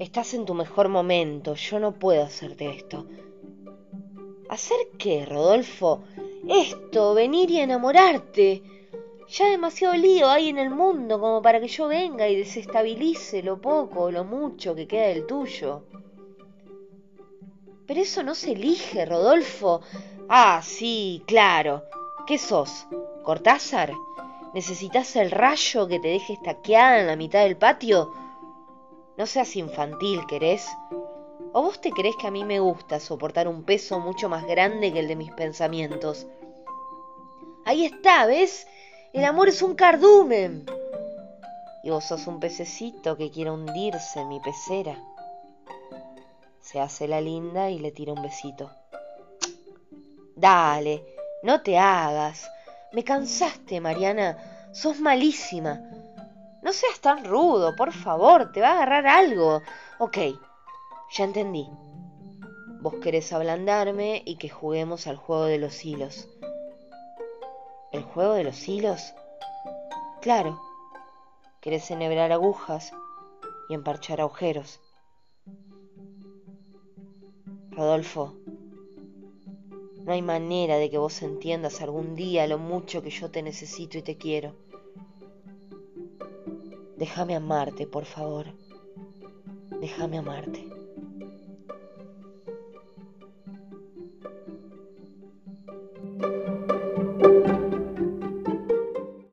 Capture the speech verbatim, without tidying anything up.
Estás en tu mejor momento, yo no puedo hacerte esto. ¿Hacer qué, Rodolfo? Esto, venir y enamorarte. Ya demasiado lío hay en el mundo como para que yo venga y desestabilice lo poco o lo mucho que queda del tuyo. Pero eso no se elige, Rodolfo. Ah, sí, claro. ¿Qué sos? ¿Cortázar? ¿Necesitas el rayo que te deje estaqueada en la mitad del patio? No seas infantil, ¿querés? ¿O vos te creés que a mí me gusta soportar un peso mucho más grande que el de mis pensamientos? Ahí está, ¿ves? El amor es un cardumen. Y vos sos un pececito que quiere hundirse en mi pecera. Se hace la linda y le tira un besito. Dale, no te hagas. Me cansaste, Mariana. Sos malísima. No seas tan rudo, por favor. Te va a agarrar algo. Ok, ya entendí. Vos querés ablandarme y que juguemos al juego de los hilos. ¿El juego de los hilos? Claro. Querés enhebrar agujas y emparchar agujeros. Rodolfo, no hay manera de que vos entiendas algún día lo mucho que yo te necesito y te quiero. Déjame amarte, por favor. Déjame amarte.